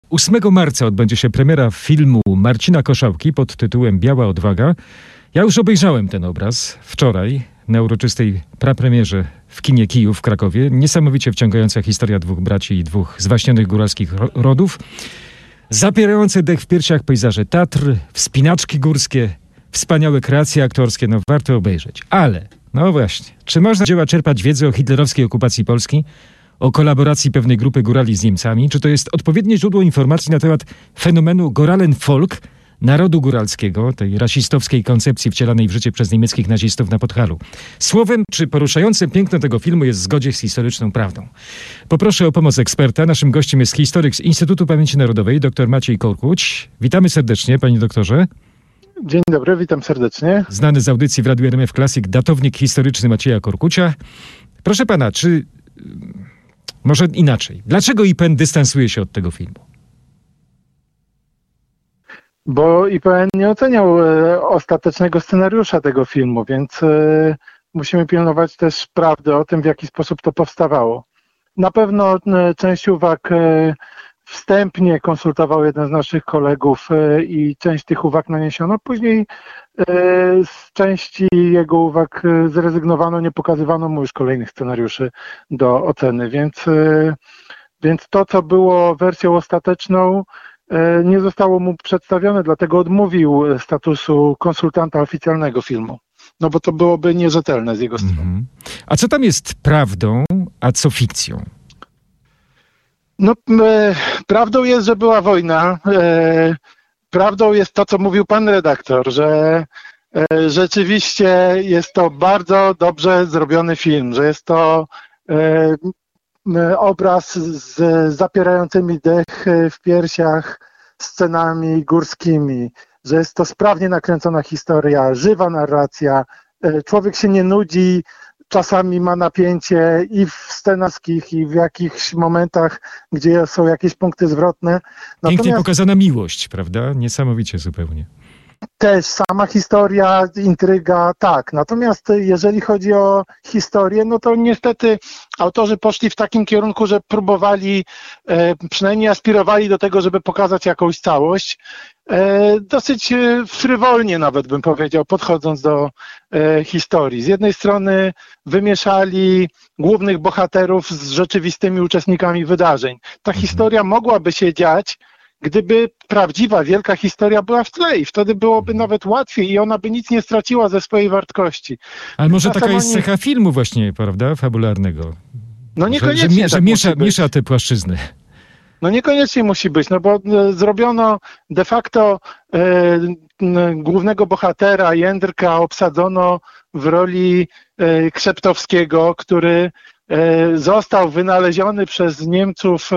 8 marca odbędzie się premiera filmu Marcina Koszałki pod tytułem Biała Odwaga. Ja już obejrzałem ten obraz wczoraj na uroczystej prapremierze w kinie Kijów w Krakowie. Niesamowicie wciągająca historia dwóch braci i dwóch zwaśnionych góralskich rodów. Zapierające dech w piersiach pejzaże Tatr, wspinaczki górskie, wspaniałe kreacje aktorskie. No warto obejrzeć. Ale, no właśnie, czy można z dzieła czerpać wiedzę o hitlerowskiej okupacji Polski? O kolaboracji pewnej grupy górali z Niemcami? Czy to jest odpowiednie źródło informacji na temat fenomenu Goralen-Folk, narodu góralskiego, tej rasistowskiej koncepcji wcielanej w życie przez niemieckich nazistów na Podhalu? Słowem, czy poruszające piękno tego filmu jest w zgodzie z historyczną prawdą? Poproszę o pomoc eksperta. Naszym gościem jest historyk z Instytutu Pamięci Narodowej, dr Maciej Korkuć. Witamy serdecznie, panie doktorze. Dzień dobry, witam serdecznie. Znany z audycji w Radiu RMF Classic datownik historyczny Macieja Korkucia. Proszę pana, czy... Może inaczej. Dlaczego IPN dystansuje się od tego filmu? Bo IPN nie oceniał ostatecznego scenariusza tego filmu, więc musimy pilnować też prawdy o tym, w jaki sposób to powstawało. Na pewno część uwag wstępnie konsultował jeden z naszych kolegów i część tych uwag naniesiono. Później z części jego uwag zrezygnowano, nie pokazywano mu już kolejnych scenariuszy do oceny, więc to, co było wersją ostateczną, nie zostało mu przedstawione, dlatego odmówił statusu konsultanta oficjalnego filmu. No bo to byłoby nierzetelne z jego strony. A co tam jest prawdą, a co fikcją? No, prawdą jest, że była wojna. Prawdą jest to, co mówił pan redaktor, że rzeczywiście jest to bardzo dobrze zrobiony film, że jest to obraz z zapierającymi dech w piersiach scenami górskimi, że jest to sprawnie nakręcona historia, żywa narracja, człowiek się nie nudzi, czasami ma napięcie i w scenackich, i w jakichś momentach, gdzie są jakieś punkty zwrotne. Pięknie pokazana miłość, prawda? Niesamowicie zupełnie. Też sama historia, intryga, tak. Natomiast jeżeli chodzi o historię, no to niestety autorzy poszli w takim kierunku, że próbowali, przynajmniej aspirowali do tego, żeby pokazać jakąś całość. Dosyć frywolnie nawet bym powiedział, podchodząc do historii. Z jednej strony wymieszali głównych bohaterów z rzeczywistymi uczestnikami wydarzeń. Ta historia mogłaby się dziać, gdyby prawdziwa, wielka historia była w tle i wtedy byłoby nawet łatwiej i ona by nic nie straciła ze swojej wartości. Ale może taka jest cecha filmu właśnie, prawda, fabularnego? No niekoniecznie że miesza te płaszczyzny. No niekoniecznie musi być, no bo zrobiono de facto głównego bohatera, Jędrka, obsadzono w roli Krzeptowskiego, który został wynaleziony przez Niemców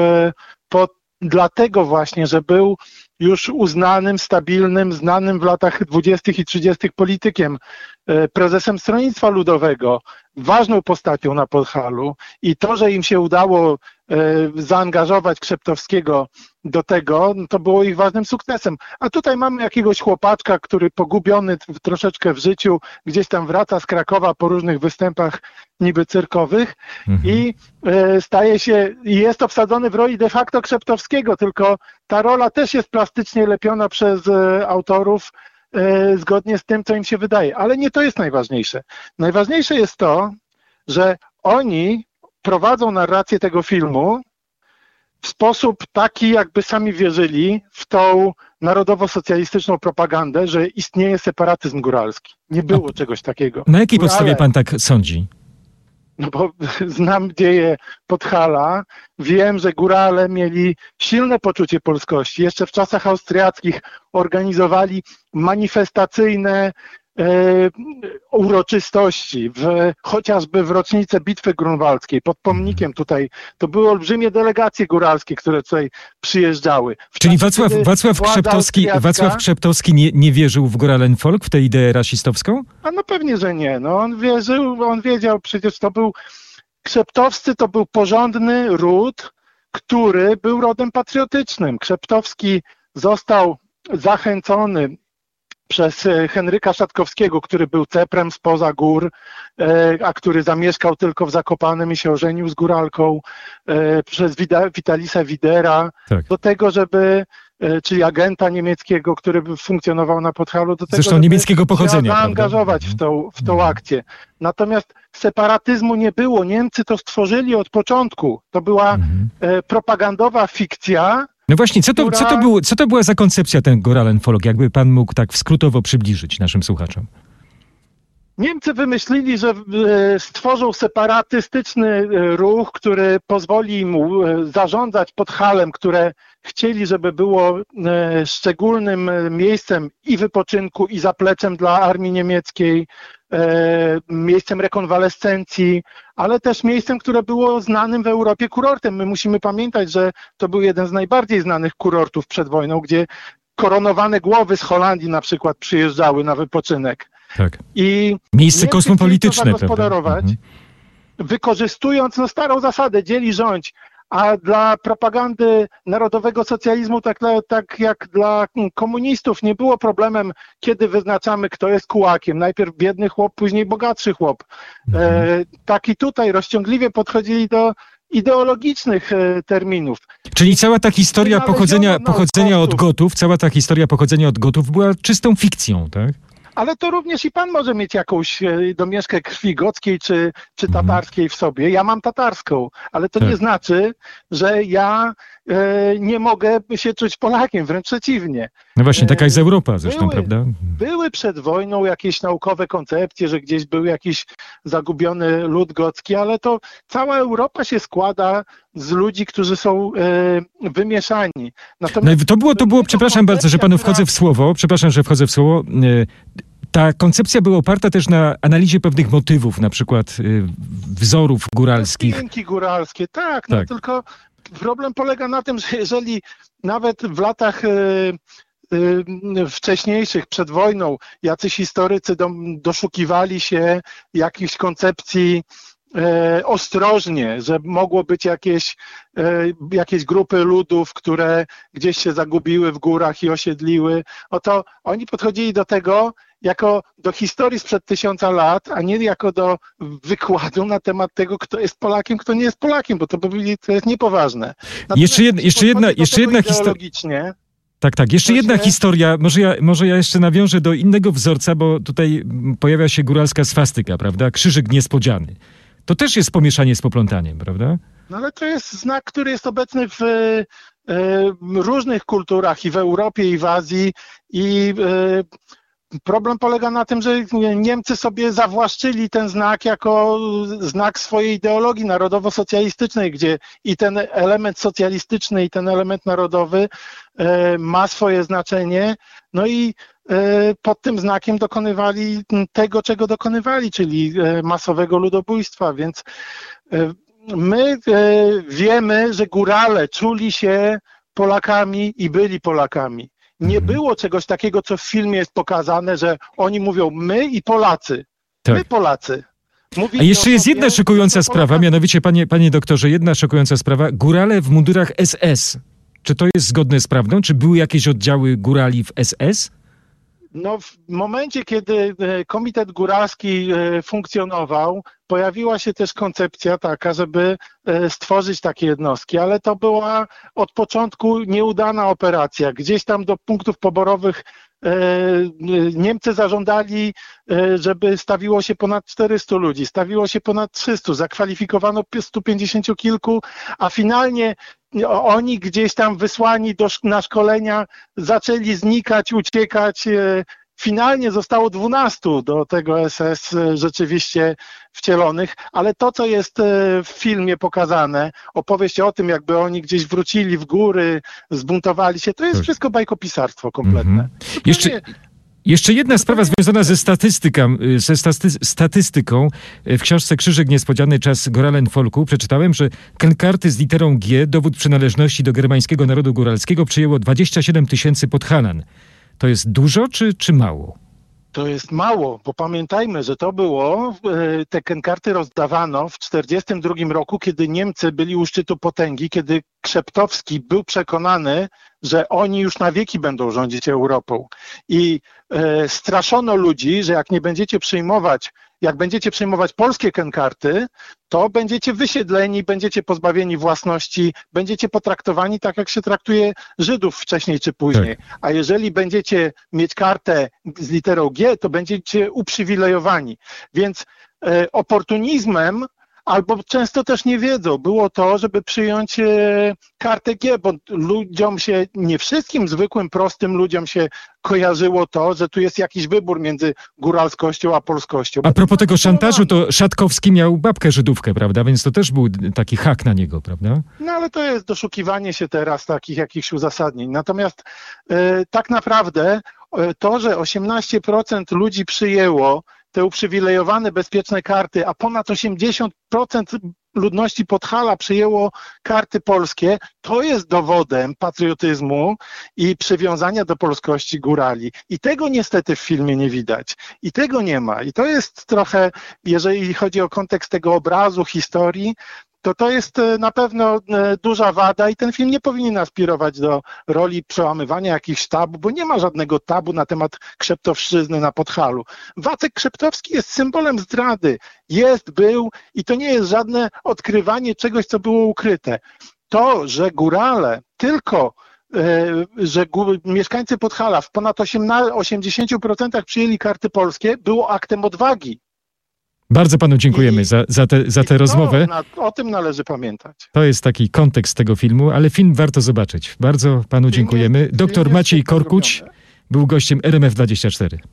dlatego właśnie, że był już uznanym, stabilnym, znanym w latach 20. i 30. politykiem, prezesem Stronnictwa Ludowego, ważną postacią na Podhalu i to, że im się udało zaangażować Krzeptowskiego do tego, to było ich ważnym sukcesem. A tutaj mamy jakiegoś chłopaczka, który pogubiony troszeczkę w życiu, gdzieś tam wraca z Krakowa po różnych występach niby cyrkowych i staje się, jest obsadzony w roli de facto Krzeptowskiego, tylko ta rola też jest plastycznie lepiona przez autorów zgodnie z tym, co im się wydaje. Ale nie to jest najważniejsze. Najważniejsze jest to, że oni prowadzą narrację tego filmu w sposób taki, jakby sami wierzyli w tą narodowo-socjalistyczną propagandę, że istnieje separatyzm góralski. Nie było czegoś takiego. Na jakiej podstawie pan tak sądzi? No bo znam dzieje Podhala, wiem, że górale mieli silne poczucie polskości. Jeszcze w czasach austriackich organizowali manifestacyjne uroczystości, chociażby w rocznicę Bitwy Grunwaldzkiej, pod pomnikiem tutaj, to były olbrzymie delegacje góralskie, które tutaj przyjeżdżały. Czyli Wacław Krzeptowski nie wierzył w Goralen-Folk, w tę ideę rasistowską? A no pewnie, że nie. No on wierzył, on wiedział, przecież Krzeptowscy to był porządny ród, który był rodem patriotycznym. Krzeptowski został zachęcony przez Henryka Szatkowskiego, który był ceprem spoza gór, a który zamieszkał tylko w Zakopanem i się ożenił z góralką, przez Vitalisa Widera, tak. do tego, żeby, czyli agenta niemieckiego, który funkcjonował na Podhalu, do tego, Zresztą żeby niemieckiego pochodzenia, zaangażować w tą akcję. Natomiast separatyzmu nie było. Niemcy to stworzyli od początku. To była propagandowa fikcja. No właśnie, co to była za koncepcja ten Goralen-Folok? Jakby pan mógł tak skrótowo przybliżyć naszym słuchaczom. Niemcy wymyślili, że stworzą separatystyczny ruch, który pozwoli mu zarządzać Podhalem, które chcieli, żeby było szczególnym miejscem i wypoczynku, i zapleczem dla armii niemieckiej, miejscem rekonwalescencji, ale też miejscem, które było znanym w Europie kurortem. My musimy pamiętać, że to był jeden z najbardziej znanych kurortów przed wojną, gdzie koronowane głowy z Holandii na przykład przyjeżdżały na wypoczynek. Tak. I miejsce kosmopolityczne, zagospodarować, wykorzystując starą zasadę dzieli rządź, a dla propagandy narodowego socjalizmu, tak jak dla komunistów, nie było problemem, kiedy wyznaczamy, kto jest kułakiem. Najpierw biedny chłop, później bogatszy chłop. Tak i tutaj rozciągliwie podchodzili do ideologicznych terminów. Czyli cała ta historia pochodzenia od Gotów była czystą fikcją, tak? Ale to również i pan może mieć jakąś domieszkę krwi gockiej czy tatarskiej w sobie. Ja mam tatarską, ale to nie znaczy, że ja nie mogę się czuć Polakiem, wręcz przeciwnie. No właśnie, taka jest Europa zresztą, prawda? Były przed wojną jakieś naukowe koncepcje, że gdzieś był jakiś zagubiony lud gocki, ale to cała Europa się składa z ludzi, którzy są wymieszani. Natomiast to było, przepraszam bardzo, że panu wchodzę w słowo, ta koncepcja była oparta też na analizie pewnych motywów, na przykład wzorów góralskich. Pięki góralskie, tak. No tylko problem polega na tym, że jeżeli nawet w latach wcześniejszych, przed wojną, jacyś historycy doszukiwali się jakichś koncepcji ostrożnie, że mogło być jakieś grupy ludów, które gdzieś się zagubiły w górach i osiedliły, oto oni podchodzili do tego jako do historii sprzed 1000 lat, a nie jako do wykładu na temat tego, kto jest Polakiem, kto nie jest Polakiem, bo to jest niepoważne. Jeszcze jedna historia. Tak. Jeszcze jedna historia. Może ja jeszcze nawiążę do innego wzorca, bo tutaj pojawia się góralska swastyka, prawda? Krzyżyk niespodziany. To też jest pomieszanie z poplątaniem, prawda? No ale to jest znak, który jest obecny w różnych kulturach i w Europie, i w Azji. I problem polega na tym, że Niemcy sobie zawłaszczyli ten znak jako znak swojej ideologii narodowo-socjalistycznej, gdzie i ten element socjalistyczny, i ten element narodowy ma swoje znaczenie. No i pod tym znakiem dokonywali tego, czego dokonywali, czyli masowego ludobójstwa, więc my wiemy, że górale czuli się Polakami i byli Polakami. Nie było czegoś takiego, co w filmie jest pokazane, że oni mówią my i Polacy. Tak. My Polacy. A jeszcze jest jedna szokująca sprawa, mianowicie, panie doktorze, jedna szokująca sprawa. Górale w mundurach SS. Czy to jest zgodne z prawdą? Czy były jakieś oddziały górali w SS? No, w momencie, kiedy Komitet Góralski funkcjonował, pojawiła się też koncepcja taka, żeby stworzyć takie jednostki, ale to była od początku nieudana operacja. Gdzieś tam do punktów poborowych Niemcy zażądali, żeby stawiło się ponad 400 ludzi, stawiło się ponad 300, zakwalifikowano 150 kilku, a finalnie oni gdzieś tam wysłani na szkolenia zaczęli znikać, uciekać. Finalnie zostało 12 do tego SS rzeczywiście wcielonych, ale to, co jest w filmie pokazane, opowieść o tym, jakby oni gdzieś wrócili w góry, zbuntowali się, to jest wszystko bajkopisarstwo kompletne. Jeszcze jedna sprawa związana ze statystyką. W książce Krzyżyk Niespodziany, czas Goralen-Folku przeczytałem, że Karty z literą G, dowód przynależności do germańskiego narodu góralskiego, przyjęło 27 000 Podhalan. To jest dużo czy mało? To jest mało, bo pamiętajmy, że to było, te karty rozdawano w 1942 roku, kiedy Niemcy byli u szczytu potęgi, kiedy Krzeptowski był przekonany, że oni już na wieki będą rządzić Europą. I straszono ludzi, że jak będziecie przyjmować polskie karty, to będziecie wysiedleni, będziecie pozbawieni własności, będziecie potraktowani tak, jak się traktuje Żydów wcześniej czy później. Tak. A jeżeli będziecie mieć kartę z literą G, to będziecie uprzywilejowani. Więc oportunizmem, albo często też nie wiedzą, było to, żeby przyjąć kartę G, bo nie wszystkim zwykłym, prostym ludziom się kojarzyło to, że tu jest jakiś wybór między góralskością a polskością. A propos tego szantażu, to Szatkowski miał babkę Żydówkę, prawda? Więc to też był taki hak na niego, prawda? No ale to jest doszukiwanie się teraz takich jakichś uzasadnień. Natomiast tak naprawdę to, że 18% ludzi przyjęło te uprzywilejowane, bezpieczne karty, a ponad 80% ludności Podhala przyjęło karty polskie, to jest dowodem patriotyzmu i przywiązania do polskości górali. I tego niestety w filmie nie widać. I tego nie ma. I to jest trochę, jeżeli chodzi o kontekst tego obrazu, historii, to jest na pewno duża wada i ten film nie powinien aspirować do roli przełamywania jakichś tabu, bo nie ma żadnego tabu na temat krzeptowszczyzny na Podhalu. Wacek Krzeptowski jest symbolem zdrady. Był i to nie jest żadne odkrywanie czegoś, co było ukryte. To, że górale że mieszkańcy Podhala w ponad 80% przyjęli karty polskie, było aktem odwagi. Bardzo panu dziękujemy za tę rozmowę. O tym należy pamiętać. To jest taki kontekst tego filmu, ale film warto zobaczyć. Bardzo panu dziękujemy. Doktor Maciej Korkuć był gościem RMF24.